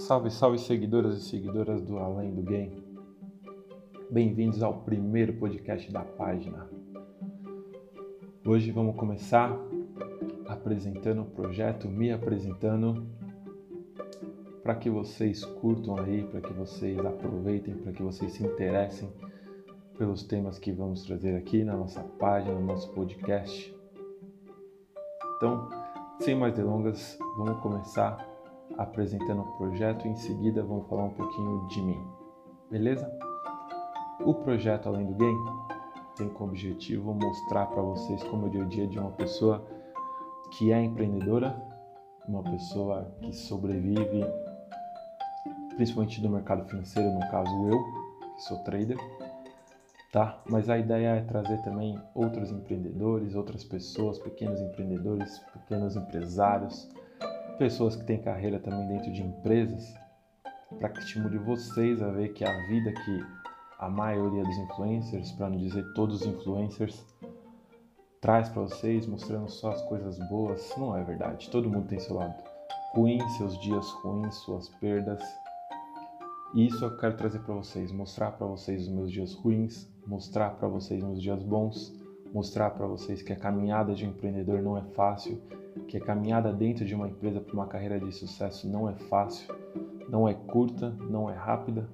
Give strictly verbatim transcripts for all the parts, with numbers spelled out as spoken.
Salve, salve seguidoras e seguidoras do Além do Game. Bem-vindos ao primeiro podcast da página. Hoje vamos começar apresentando o projeto, me apresentando, para que vocês curtam aí, para que vocês aproveitem, para que vocês se interessem pelos temas que vamos trazer aqui na nossa página, no nosso podcast. Então, sem mais delongas, vamos começar apresentando o projeto e em seguida vamos falar um pouquinho de mim, beleza? O projeto Além do Game tem como objetivo mostrar para vocês como é o dia a dia de uma pessoa que é empreendedora, uma pessoa que sobrevive principalmente do mercado financeiro, no caso eu, que sou trader, tá? Mas a ideia é trazer também outros empreendedores, outras pessoas, pequenos empreendedores, pequenos empresários, pessoas que têm carreira também dentro de empresas, para que estimule vocês a ver que a vida que a maioria dos influencers, para não dizer todos os influencers, traz para vocês, mostrando só as coisas boas, não é verdade. Todo mundo tem seu lado ruim, seus dias ruins, suas perdas. E isso eu quero trazer para vocês, mostrar para vocês os meus dias ruins, mostrar para vocês meus dias bons, mostrar para vocês que a caminhada de um empreendedor não é fácil, que a caminhada dentro de uma empresa para uma carreira de sucesso não é fácil, não é curta, não é rápida.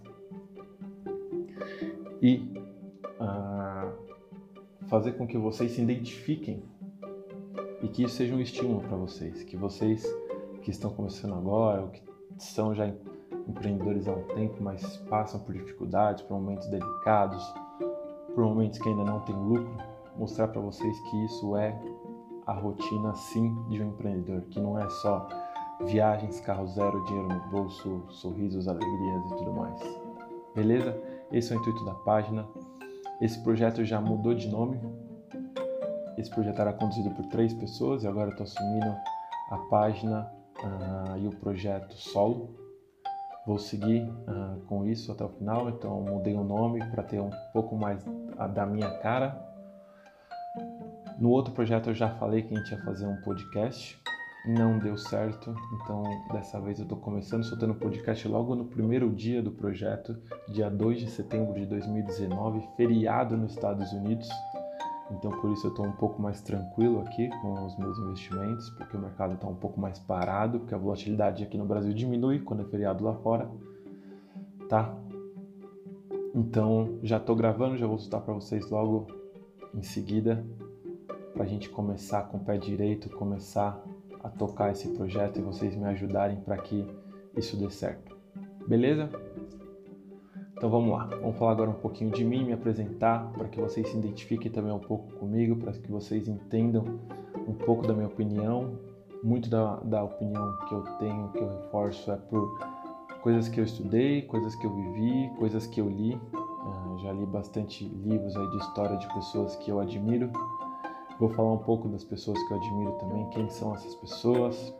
E uh, fazer com que vocês se identifiquem e que isso seja um estímulo para vocês, que vocês que estão começando agora ou que são já empreendedores há um tempo, mas passam por dificuldades, por momentos delicados, por momentos que ainda não tem lucro, mostrar para vocês que isso é a rotina sim de um empreendedor, que não é só viagens, carro zero, dinheiro no bolso, sorrisos, alegrias e tudo mais. Beleza? Esse é o intuito da página. Esse projeto já mudou de nome. Esse projeto era conduzido por três pessoas e agora eu estou assumindo a página uh, e o projeto solo. Vou seguir uh, com isso até o final, então mudei o nome para ter um pouco mais a, da minha cara. No outro projeto eu já falei que a gente ia fazer um podcast, não deu certo, então dessa vez eu estou começando, soltando o podcast logo no primeiro dia do projeto, dia dois de setembro de dois mil e dezenove, feriado nos Estados Unidos, então por isso eu estou um pouco mais tranquilo aqui com os meus investimentos, porque o mercado está um pouco mais parado, porque a volatilidade aqui no Brasil diminui quando é feriado lá fora, tá? Então já estou gravando, já vou soltar para vocês logo em seguida, para a gente começar com o pé direito, começar a tocar esse projeto e vocês me ajudarem para que isso dê certo. Beleza? Então vamos lá. Vamos falar agora um pouquinho de mim, me apresentar, para que vocês se identifiquem também um pouco comigo, para que vocês entendam um pouco da minha opinião. Muito da, da opinião que eu tenho, que eu reforço, é por coisas que eu estudei, coisas que eu vivi, coisas que eu li. Uh, já li bastante livros aí de história de pessoas que eu admiro. Vou falar um pouco das pessoas que eu admiro também, quem são essas pessoas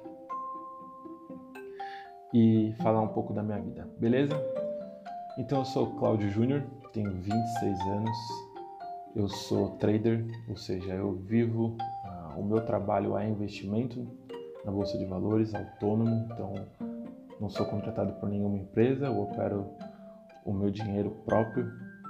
e falar um pouco da minha vida, beleza? Então eu sou o Cláudio Júnior, tenho vinte e seis anos, eu sou trader, ou seja, eu vivo, uh, o meu trabalho é investimento na Bolsa de Valores, autônomo, então não sou contratado por nenhuma empresa, eu opero o meu dinheiro próprio,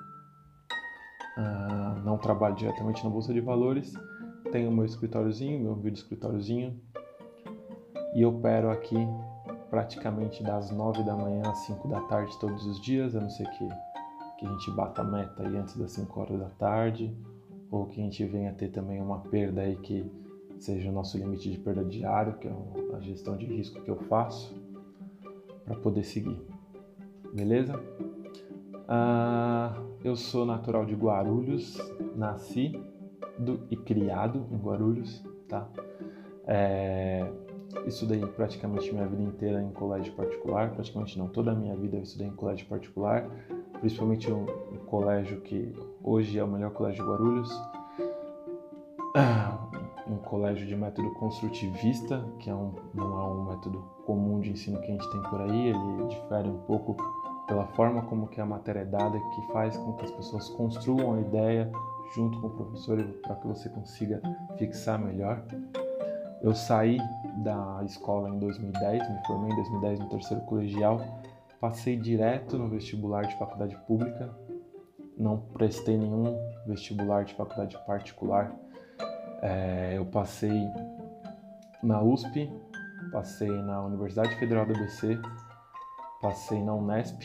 uh, não trabalho diretamente na Bolsa de Valores. Tenho meu escritóriozinho, meu vídeo escritóriozinho e opero aqui praticamente das nove da manhã às cinco da tarde todos os dias, a não ser que, que a gente bata a meta aí antes das cinco horas da tarde ou que a gente venha ter também uma perda aí que seja o nosso limite de perda diário, que é a gestão de risco que eu faço para poder seguir, beleza? Ah, eu sou natural de Guarulhos, nasci Do, e criado em Guarulhos, tá? É, estudei praticamente minha vida inteira em colégio particular, praticamente não, toda a minha vida eu estudei em colégio particular, principalmente um, um colégio que hoje é o melhor colégio de Guarulhos, um colégio de método construtivista, que é um, não é um método comum de ensino que a gente tem por aí, ele difere um pouco pela forma como que a matéria é dada, que faz com que as pessoas construam a ideia junto com o professor para que você consiga fixar melhor. Eu saí da escola em dois mil e dez, me formei em dois mil e dez no terceiro colegial, passei direto no vestibular de faculdade pública, não prestei nenhum vestibular de faculdade particular. É, eu passei na U S P, passei na Universidade Federal do A B C, passei na Unesp.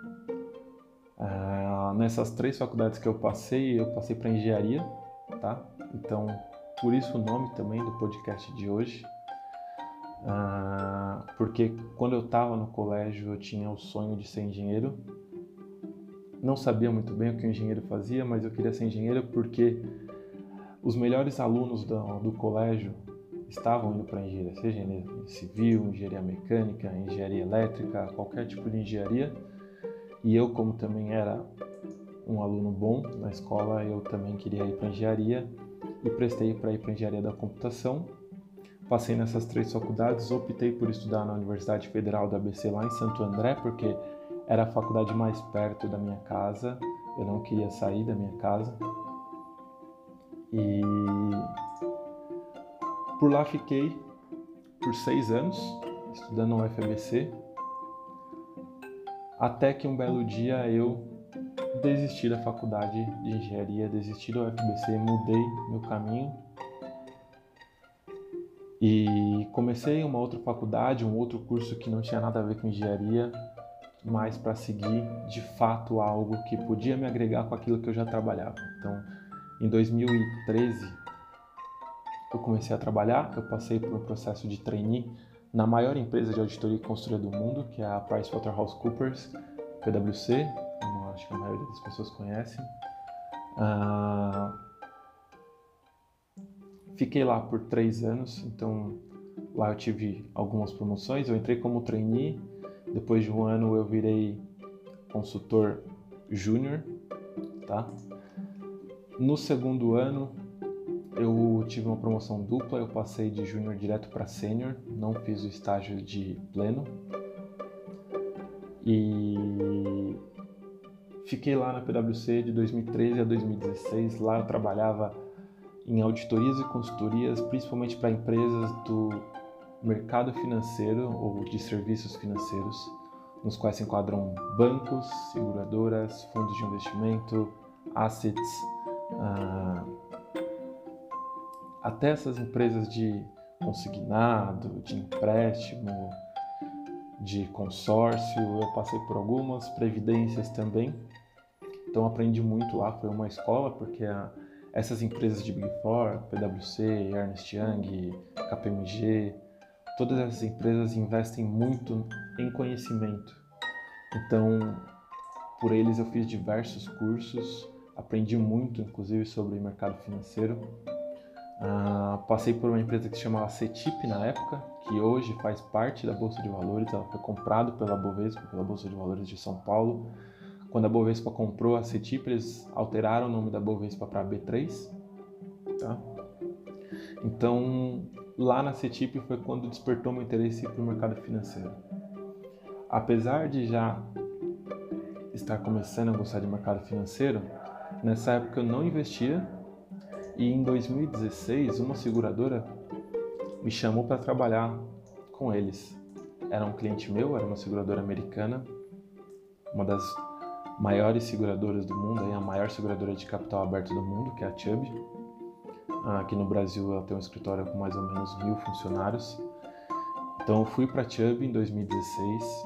É, nessas três faculdades que eu passei, eu passei para engenharia, tá? Então, por isso o nome também do podcast de hoje. Uh, porque quando eu estava no colégio eu tinha o sonho de ser engenheiro. Não sabia muito bem o que o engenheiro fazia, mas eu queria ser engenheiro porque os melhores alunos do, do colégio estavam indo para engenharia, seja engenharia civil, engenharia mecânica, engenharia elétrica, qualquer tipo de engenharia. E eu, como também era um aluno bom na escola, eu também queria ir para engenharia e prestei para ir para engenharia da computação. Passei nessas três faculdades, optei por estudar na Universidade Federal do A B C lá em Santo André, porque era a faculdade mais perto da minha casa, eu não queria sair da minha casa. E por lá fiquei por seis anos, estudando no U F A B C, até que um belo dia eu desisti da faculdade de engenharia, desisti do U F A B C, mudei meu caminho e comecei uma outra faculdade, um outro curso que não tinha nada a ver com engenharia, mas para seguir de fato algo que podia me agregar com aquilo que eu já trabalhava. Então, em dois mil e treze, eu comecei a trabalhar, eu passei por um processo de trainee na maior empresa de auditoria e consultoria do mundo, que é a PricewaterhouseCoopers, P W C, como acho que a maioria das pessoas conhecem. Uh, fiquei lá por três anos, então lá eu tive algumas promoções, eu entrei como trainee, depois de um ano eu virei consultor júnior, tá? No segundo ano eu tive uma promoção dupla, eu passei de júnior direto para sênior, não fiz o estágio de pleno. E fiquei lá na P W C de dois mil e treze a dois mil e dezesseis, lá eu trabalhava em auditorias e consultorias, principalmente para empresas do mercado financeiro ou de serviços financeiros, nos quais se enquadram bancos, seguradoras, fundos de investimento, assets, uh, até essas empresas de consignado, de empréstimo, de consórcio, eu passei por algumas, previdências também, então aprendi muito lá, foi uma escola, porque a, essas empresas de Big Four, P W C, Ernst Young, K P M G, todas essas empresas investem muito em conhecimento. Então, por eles eu fiz diversos cursos, aprendi muito, inclusive, sobre o mercado financeiro. Uh, passei por uma empresa que se chamava CETIP na época, que hoje faz parte da Bolsa de Valores. Ela foi comprada pela Bovespa, pela Bolsa de Valores de São Paulo. Quando a Bovespa comprou a CETIP, eles alteraram o nome da Bovespa para B três. Tá? Então, lá na CETIP foi quando despertou meu interesse pelo mercado financeiro. Apesar de já estar começando a gostar de mercado financeiro, nessa época eu não investia, e em dois mil e dezesseis uma seguradora me chamou para trabalhar com eles. Era um cliente meu, era uma seguradora americana, uma das maiores seguradoras do mundo, a maior seguradora de capital aberto do mundo, que é a Chubb. Aqui no Brasil ela tem um escritório com mais ou menos mil funcionários. Então eu fui para a Chubb em dois mil e dezesseis,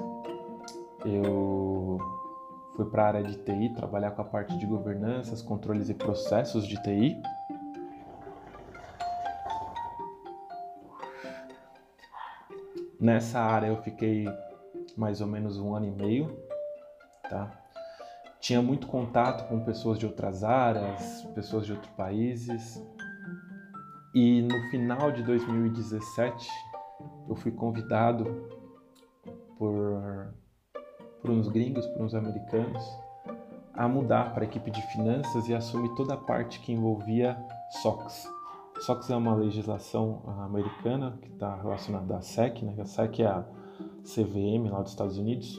eu fui para a área de T I, trabalhar com a parte de governanças, controles e processos de T I. Nessa área eu fiquei mais ou menos um ano e meio, tá? Tinha muito contato com pessoas de outras áreas, pessoas de outros países. E no final de dois mil e dezessete eu fui convidado por, por uns gringos, por uns americanos, a mudar para a equipe de finanças e assumir toda a parte que envolvia S O X. S O X é uma legislação americana que está relacionada à S E C, né? A S E C é a C V M lá dos Estados Unidos,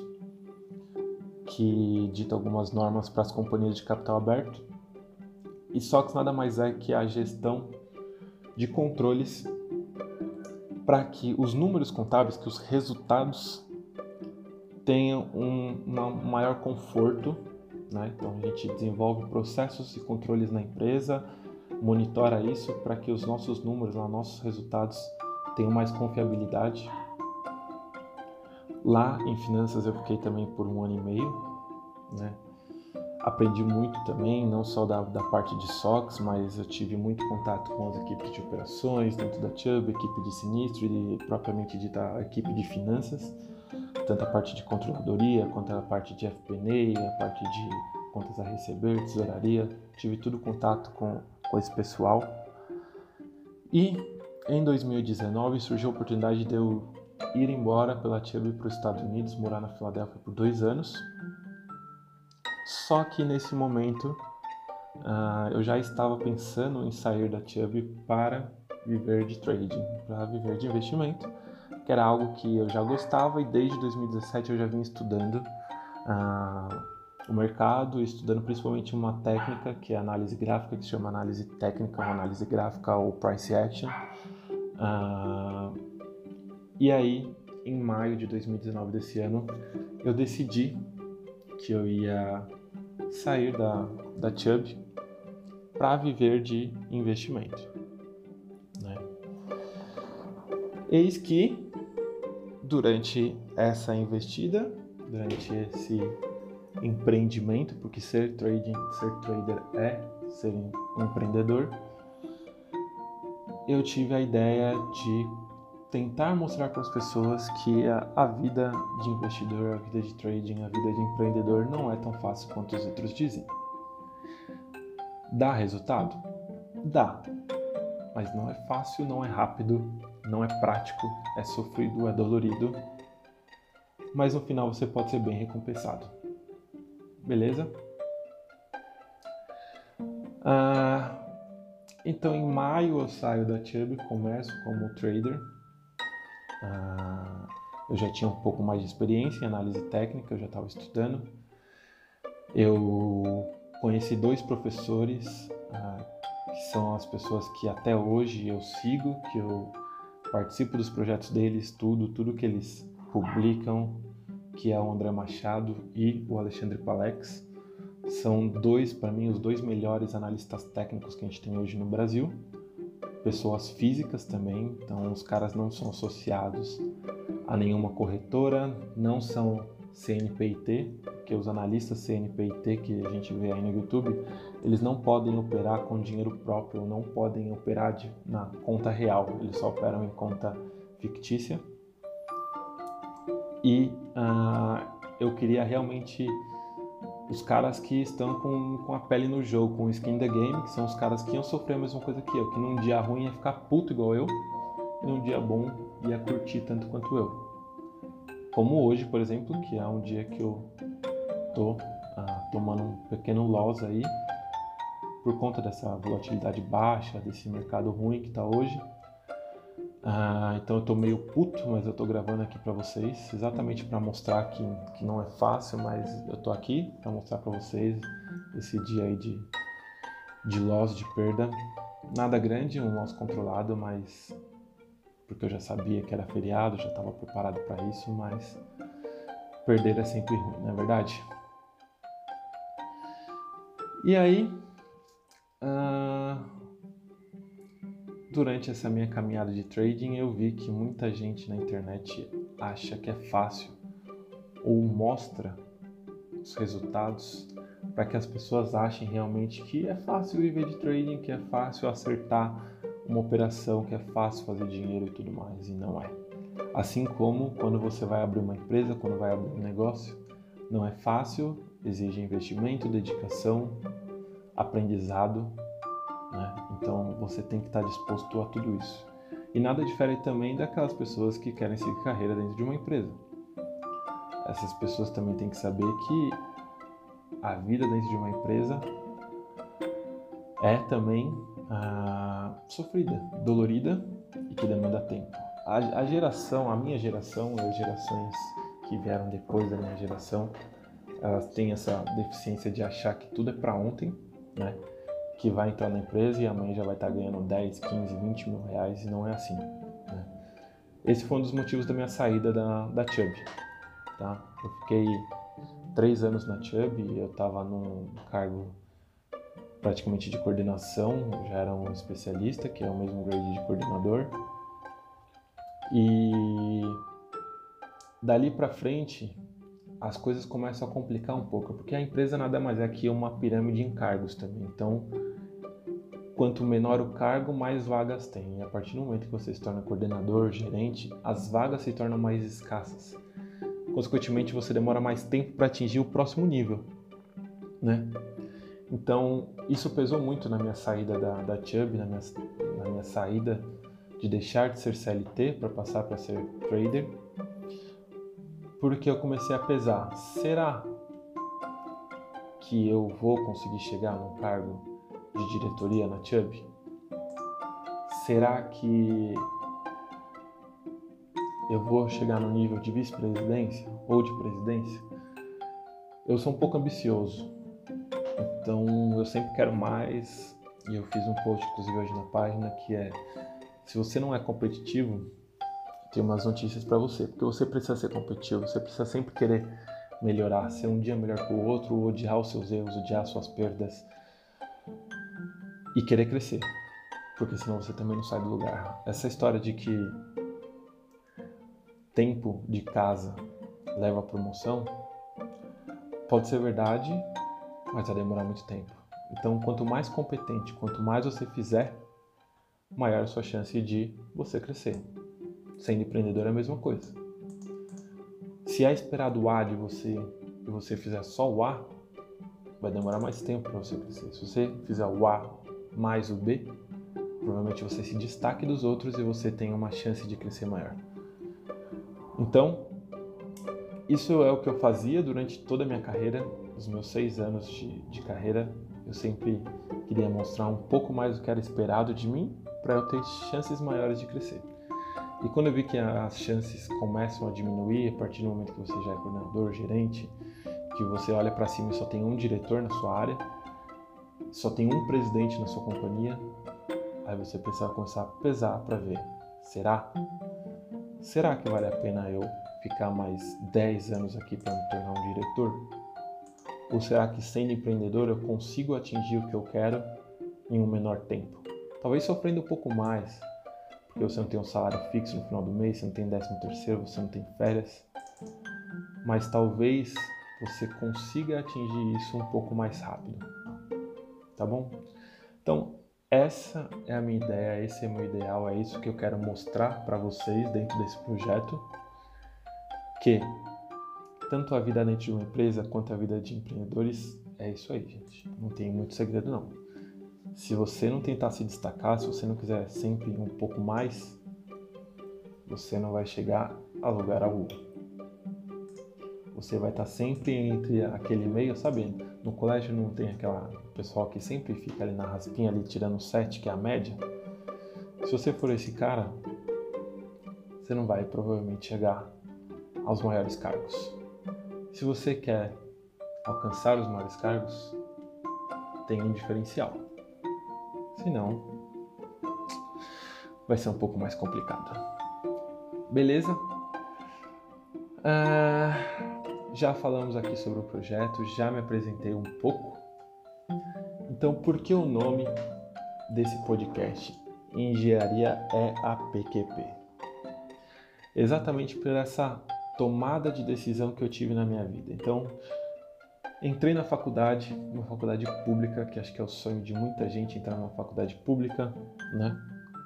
que dita algumas normas para as companhias de capital aberto. E S O X nada mais é que a gestão de controles para que os números contábeis, que os resultados tenham um uma, um maior conforto, né? Então a gente desenvolve processos e controles na empresa, monitora isso para que os nossos números, os nossos resultados tenham mais confiabilidade. Lá em finanças eu fiquei também por um ano e meio, né? Aprendi muito também, não só da, da parte de S O X, mas eu tive muito contato com as equipes de operações dentro da Chubb, equipe de sinistro e propriamente dita a equipe de finanças, tanto a parte de controladoria quanto a parte de F P and A, a parte de contas a receber, tesouraria, tive tudo contato com, com esse pessoal. E em dois mil e dezenove surgiu a oportunidade de eu ir embora pela Chubb para os Estados Unidos, morar na Filadélfia por dois anos. Só que nesse momento uh, eu já estava pensando em sair da Chubb para viver de trading, para viver de investimento, que era algo que eu já gostava e desde dois mil e dezessete eu já vinha estudando uh, o mercado, estudando principalmente uma técnica que é a análise gráfica, que se chama análise técnica ou análise gráfica ou price action. Uh, e aí, em maio de dois mil e dezenove desse ano, eu decidi que eu ia sair da, da Chubb para viver de investimento, né? Eis que, durante essa investida, durante esse empreendimento, porque ser trading, ser trader é ser um empreendedor, eu tive a ideia de tentar mostrar para as pessoas que a, a vida de investidor, a vida de trading, a vida de empreendedor não é tão fácil quanto os outros dizem. Dá resultado? Dá. Mas não é fácil, não é rápido, não é prático, é sofrido, é dolorido. Mas no final você pode ser bem recompensado. Beleza? Ah, então em maio eu saio da Chubb, começo como trader. Uh, eu já tinha um pouco mais de experiência em análise técnica, eu já estava estudando. Eu conheci dois professores, uh, que são as pessoas que até hoje eu sigo, que eu participo dos projetos deles, tudo, tudo que eles publicam, que é o André Machado e o Alexandre Palex. São dois, para mim, os dois melhores analistas técnicos que a gente tem hoje no Brasil. Pessoas físicas também, então os caras não são associados a nenhuma corretora, não são C N P I T, porque os analistas C N P I T que a gente vê aí no YouTube, eles não podem operar com dinheiro próprio, não podem operar de, na conta real, eles só operam em conta fictícia. E uh, eu queria realmente os caras que estão com, com a pele no jogo, com o skin the game, que são os caras que iam sofrer a mesma coisa que eu, que num dia ruim ia ficar puto igual eu, e num dia bom ia curtir tanto quanto eu. Como hoje, por exemplo, que é um dia que eu tô ah, tomando um pequeno loss aí, por conta dessa volatilidade baixa, desse mercado ruim que tá hoje. Ah, então eu tô meio puto, mas eu tô gravando aqui pra vocês, exatamente para mostrar que, que não é fácil, mas eu tô aqui para mostrar para vocês esse dia aí de, de loss, de perda. Nada grande, um loss controlado, mas porque eu já sabia que era feriado, já estava preparado para isso, mas perder é sempre ruim, não é verdade? E aí, ah, durante essa minha caminhada de trading, eu vi que muita gente na internet acha que é fácil ou mostra os resultados para que as pessoas achem realmente que é fácil viver de trading, que é fácil acertar uma operação, que é fácil fazer dinheiro e tudo mais, e não é. Assim como quando você vai abrir uma empresa, quando vai abrir um negócio, não é fácil, exige investimento, dedicação, aprendizado, né? Então você tem que estar disposto a tudo isso. E nada difere também daquelas pessoas que querem seguir carreira dentro de uma empresa. Essas pessoas também têm que saber que a vida dentro de uma empresa é também ah, sofrida, dolorida e que demanda tempo. A, a geração, a minha geração e as gerações que vieram depois da minha geração, elas têm essa deficiência de achar que tudo é para ontem, né? Que vai entrar na empresa e amanhã já vai estar ganhando dez, quinze, vinte mil reais, e não é assim, né? esse foi um dos motivos da minha saída da, da Chubb, tá? Eu fiquei três anos na Chubb e eu estava num cargo praticamente de coordenação, eu já era um especialista, que é o mesmo grade de coordenador. E dali para frente, as coisas começam a complicar um pouco, porque a empresa nada mais é que uma pirâmide em cargos também. Então, quanto menor o cargo, mais vagas tem. E a partir do momento que você se torna coordenador, gerente, as vagas se tornam mais escassas. Consequentemente, você demora mais tempo para atingir o próximo nível, né? Então, isso pesou muito na minha saída da, da Chubb, na minha, na minha saída de deixar de ser C L T para passar para ser trader, porque eu comecei a pesar, será que eu vou conseguir chegar num cargo de diretoria na Chubb? Será que eu vou chegar no nível de vice-presidência ou de presidência? Eu sou um pouco ambicioso, então eu sempre quero mais, e eu fiz um post inclusive hoje na página que é: se você não é competitivo, tem umas notícias para você, porque você precisa ser competitivo, você precisa sempre querer melhorar, ser um dia melhor que o outro, odiar os seus erros, odiar as suas perdas e querer crescer, porque senão você também não sai do lugar. Essa história de que tempo de casa leva à promoção pode ser verdade, mas vai demorar muito tempo. Então, quanto mais competente, quanto mais você fizer, maior a sua chance de você crescer. Sendo empreendedor é a mesma coisa. Se é esperado o A de você e você fizer só o A, vai demorar mais tempo para você crescer. Se você fizer o A mais o B, provavelmente você se destaque dos outros e você tem uma chance de crescer maior. Então, isso é o que eu fazia durante toda a minha carreira. Os meus seis anos de, de carreira, eu sempre queria mostrar um pouco mais do que era esperado de mim para eu ter chances maiores de crescer. E quando eu vi que as chances começam a diminuir a partir do momento que você já é coordenador, gerente, que você olha para cima e só tem um diretor na sua área, só tem um presidente na sua companhia, aí você precisa começar a pesar para ver, será? Será que vale a pena eu ficar mais dez anos aqui para me tornar um diretor? Ou será que sendo empreendedor eu consigo atingir o que eu quero em um menor tempo? Talvez sofrendo um pouco mais, porque você não tem um salário fixo no final do mês, você não tem décimo terceiro, você não tem férias, mas talvez você consiga atingir isso um pouco mais rápido, tá bom? Então, essa é a minha ideia, esse é o meu ideal, é isso que eu quero mostrar para vocês dentro desse projeto, que tanto a vida dentro de uma empresa quanto a vida de empreendedores é isso aí, gente, não tem muito segredo não. Se você não tentar se destacar, se você não quiser sempre um pouco mais, você não vai chegar a lugar algum. Você vai estar sempre entre aquele meio, sabe? No colégio não tem aquela pessoal que sempre fica ali na raspinha, ali tirando sete, que é a média. Se você for esse cara, você não vai provavelmente chegar aos maiores cargos. Se você quer alcançar os maiores cargos, tem um diferencial. Senão, vai ser um pouco mais complicado. Beleza? Ah, já falamos aqui sobre o projeto, já me apresentei um pouco. Então, por que o nome desse podcast? Engenharia é a P Q P. Exatamente por essa tomada de decisão que eu tive na minha vida. Então, entrei na faculdade, uma faculdade pública, que acho que é o sonho de muita gente, entrar numa faculdade pública, né?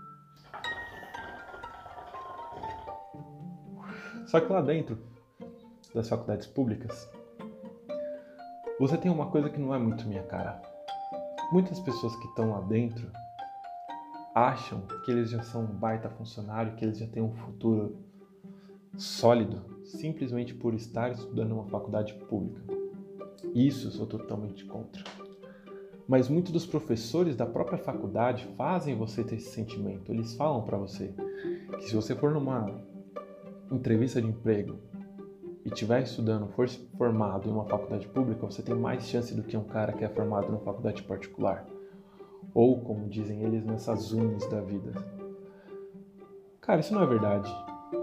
Só que lá dentro das faculdades públicas, você tem uma coisa que não é muito minha cara. Muitas pessoas que estão lá dentro acham que eles já são um baita funcionário, que eles já têm um futuro sólido, simplesmente por estar estudando uma faculdade pública. Isso eu sou totalmente contra. Mas muitos dos professores da própria faculdade fazem você ter esse sentimento. Eles falam para você que se você for numa entrevista de emprego e estiver estudando, for formado em uma faculdade pública, você tem mais chance do que um cara que é formado numa faculdade particular. Ou, como dizem eles, nessas unis da vida. Cara, isso não é verdade.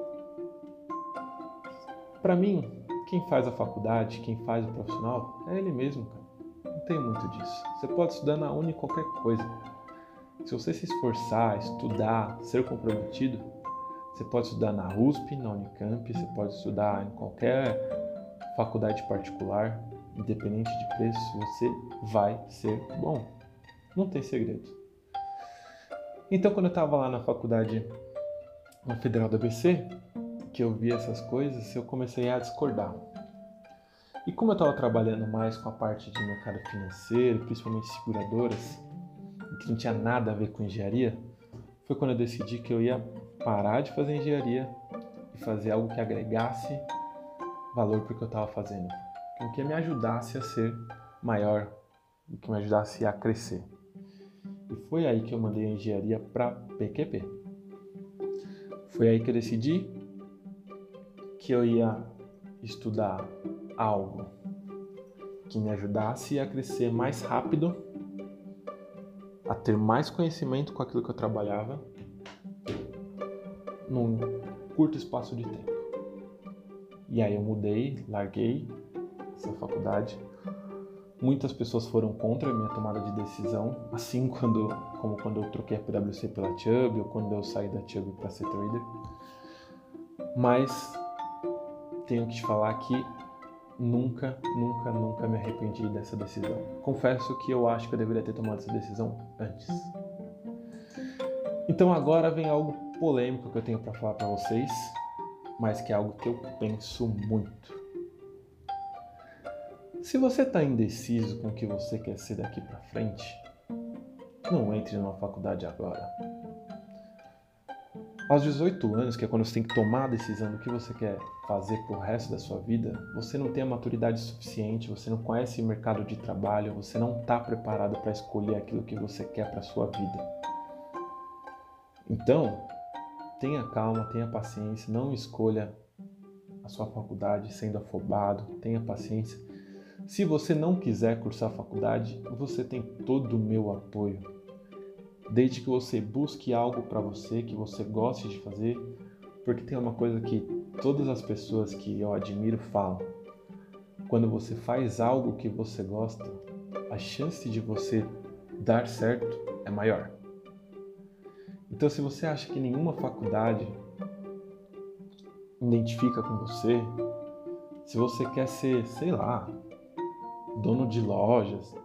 Para mim, quem faz a faculdade, quem faz o profissional, é ele mesmo, cara. Não tem muito disso. Você pode estudar na uni qualquer coisa. Se você se esforçar, estudar, ser comprometido, você pode estudar na U S P, na Unicamp, você pode estudar em qualquer faculdade particular, independente de preço, você vai ser bom. Não tem segredo. Então, quando eu estava lá na faculdade na Federal do A B C, que eu vi essas coisas, eu comecei a discordar. E como eu estava trabalhando mais com a parte de mercado financeiro, principalmente seguradoras, que não tinha nada a ver com engenharia, foi quando eu decidi que eu ia parar de fazer engenharia e fazer algo que agregasse valor para o que eu estava fazendo, o que me ajudasse a ser maior, o que me ajudasse a crescer. E foi aí que eu mandei a engenharia para P Q P. Foi aí que eu decidi que eu ia estudar algo que me ajudasse a crescer mais rápido, a ter mais conhecimento com aquilo que eu trabalhava num curto espaço de tempo. E aí eu mudei, larguei essa faculdade. Muitas pessoas foram contra a minha tomada de decisão, assim quando, como quando eu troquei a P W C pela Chubb, ou quando eu saí da Chubb para ser trader. Mas tenho que te falar que nunca, nunca, nunca me arrependi dessa decisão. Confesso que eu acho que eu deveria ter tomado essa decisão antes. Então agora vem algo polêmico que eu tenho para falar para vocês, mas que é algo que eu penso muito. Se você está indeciso com o que você quer ser daqui para frente, não entre numa faculdade agora. Aos dezoito anos, que é quando você tem que tomar a decisão do que você quer fazer pro resto da sua vida, você não tem a maturidade suficiente, você não conhece o mercado de trabalho, você não está preparado para escolher aquilo que você quer para sua vida. Então, tenha calma, tenha paciência, não escolha a sua faculdade sendo afobado, tenha paciência. Se você não quiser cursar a faculdade, você tem todo o meu apoio. Desde que você busque algo para você, que você goste de fazer, porque tem uma coisa que todas as pessoas que eu admiro falam. Quando você faz algo que você gosta, a chance de você dar certo é maior. Então, se você acha que nenhuma faculdade identifica com você, se você quer ser, sei lá, dono de lojas,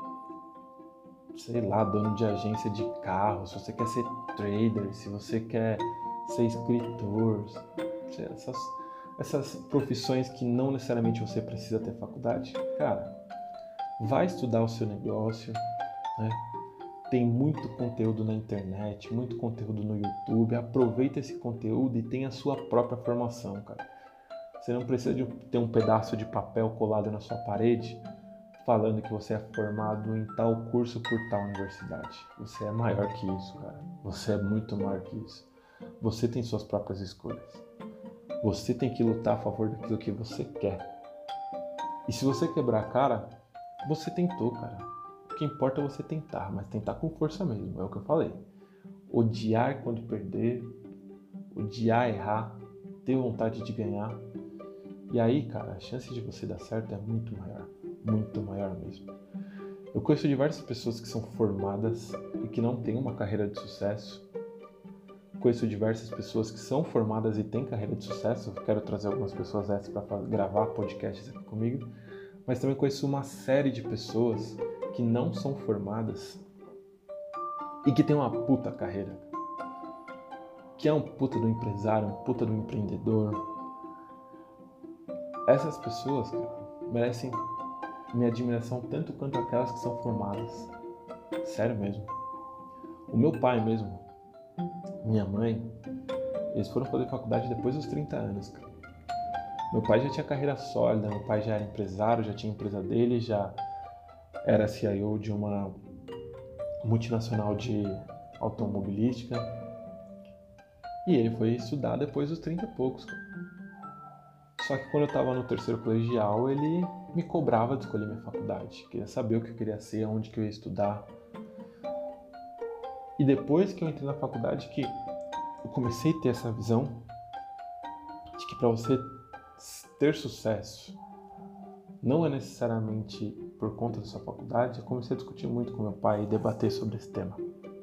sei lá, dono de agência de carro, se você quer ser trader, se você quer ser escritor, essas, essas profissões que não necessariamente você precisa ter faculdade, cara, vai estudar o seu negócio, né? Tem muito conteúdo na internet, muito conteúdo no YouTube, aproveita esse conteúdo e tenha a sua própria formação, cara. Você não precisa de ter um pedaço de papel colado na sua parede falando que você é formado em tal curso por tal universidade. Você é maior que isso, cara. Você é muito maior que isso. Você tem suas próprias escolhas. Você tem que lutar a favor daquilo que você quer. E se você quebrar a cara, você tentou, cara. O que importa é você tentar, mas tentar com força mesmo, é o que eu falei. Odiar quando perder, odiar errar, ter vontade de ganhar. E aí, cara, a chance de você dar certo é muito maior. Muito maior mesmo. Eu conheço diversas pessoas que são formadas e que não têm uma carreira de sucesso. Conheço diversas pessoas que são formadas e têm carreira de sucesso. Eu quero trazer algumas pessoas dessas para gravar podcasts aqui comigo. Mas também conheço uma série de pessoas que não são formadas e que têm uma puta carreira. Que é um puta do empresário, um puta do empreendedor. Essas pessoas, cara, merecem minha admiração tanto quanto aquelas que são formadas. Sério mesmo. O meu pai mesmo, minha mãe, eles foram fazer faculdade depois dos trinta anos, cara. Meu pai já tinha carreira sólida, meu pai já era empresário, já tinha empresa dele, já era C I O de uma multinacional de automobilística. E ele foi estudar depois dos trinta e poucos, cara. Só que quando eu estava no terceiro colegial, ele me cobrava de escolher minha faculdade. Queria saber o que eu queria ser, onde que eu ia estudar. E depois que eu entrei na faculdade, que eu comecei a ter essa visão de que para você ter sucesso não é necessariamente por conta da sua faculdade. Eu comecei a discutir muito com meu pai e debater sobre esse tema.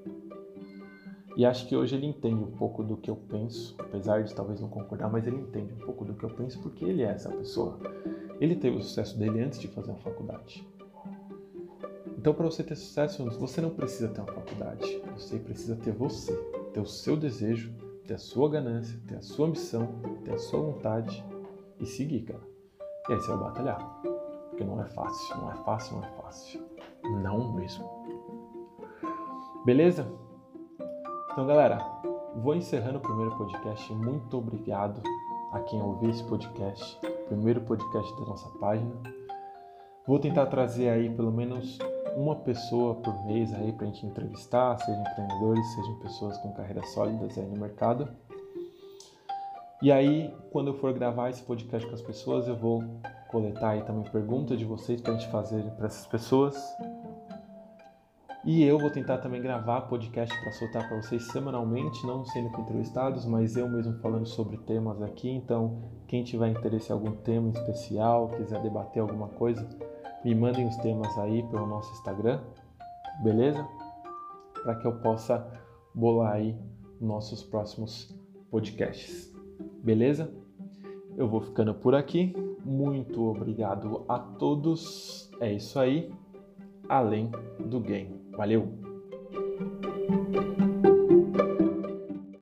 E acho que hoje ele entende um pouco do que eu penso, apesar de talvez não concordar, mas ele entende um pouco do que eu penso porque ele é essa pessoa. Ele teve o sucesso dele antes de fazer a faculdade. Então, para você ter sucesso, você não precisa ter uma faculdade. Você precisa ter você, ter o seu desejo, ter a sua ganância, ter a sua ambição, ter a sua vontade e seguir, cara. E aí você vai batalhar. Porque não é fácil, não é fácil, não é fácil. Não mesmo. Beleza? Então, galera, vou encerrando o primeiro podcast. Muito obrigado a quem ouviu esse podcast. Primeiro podcast da nossa página. Vou tentar trazer aí pelo menos uma pessoa por mês aí pra gente entrevistar, sejam empreendedores, sejam pessoas com carreiras sólidas aí no mercado. E aí, quando eu for gravar esse podcast com as pessoas, eu vou coletar aí também perguntas de vocês pra gente fazer para essas pessoas. E eu vou tentar também gravar podcast para soltar para vocês semanalmente, não sendo com entrevistados, mas eu mesmo falando sobre temas aqui. Então, quem tiver interesse em algum tema em especial, quiser debater alguma coisa, me mandem os temas aí pelo nosso Instagram, beleza? Para que eu possa bolar aí nossos próximos podcasts, beleza? Eu vou ficando por aqui. Muito obrigado a todos. É isso aí. Além do game. Valeu!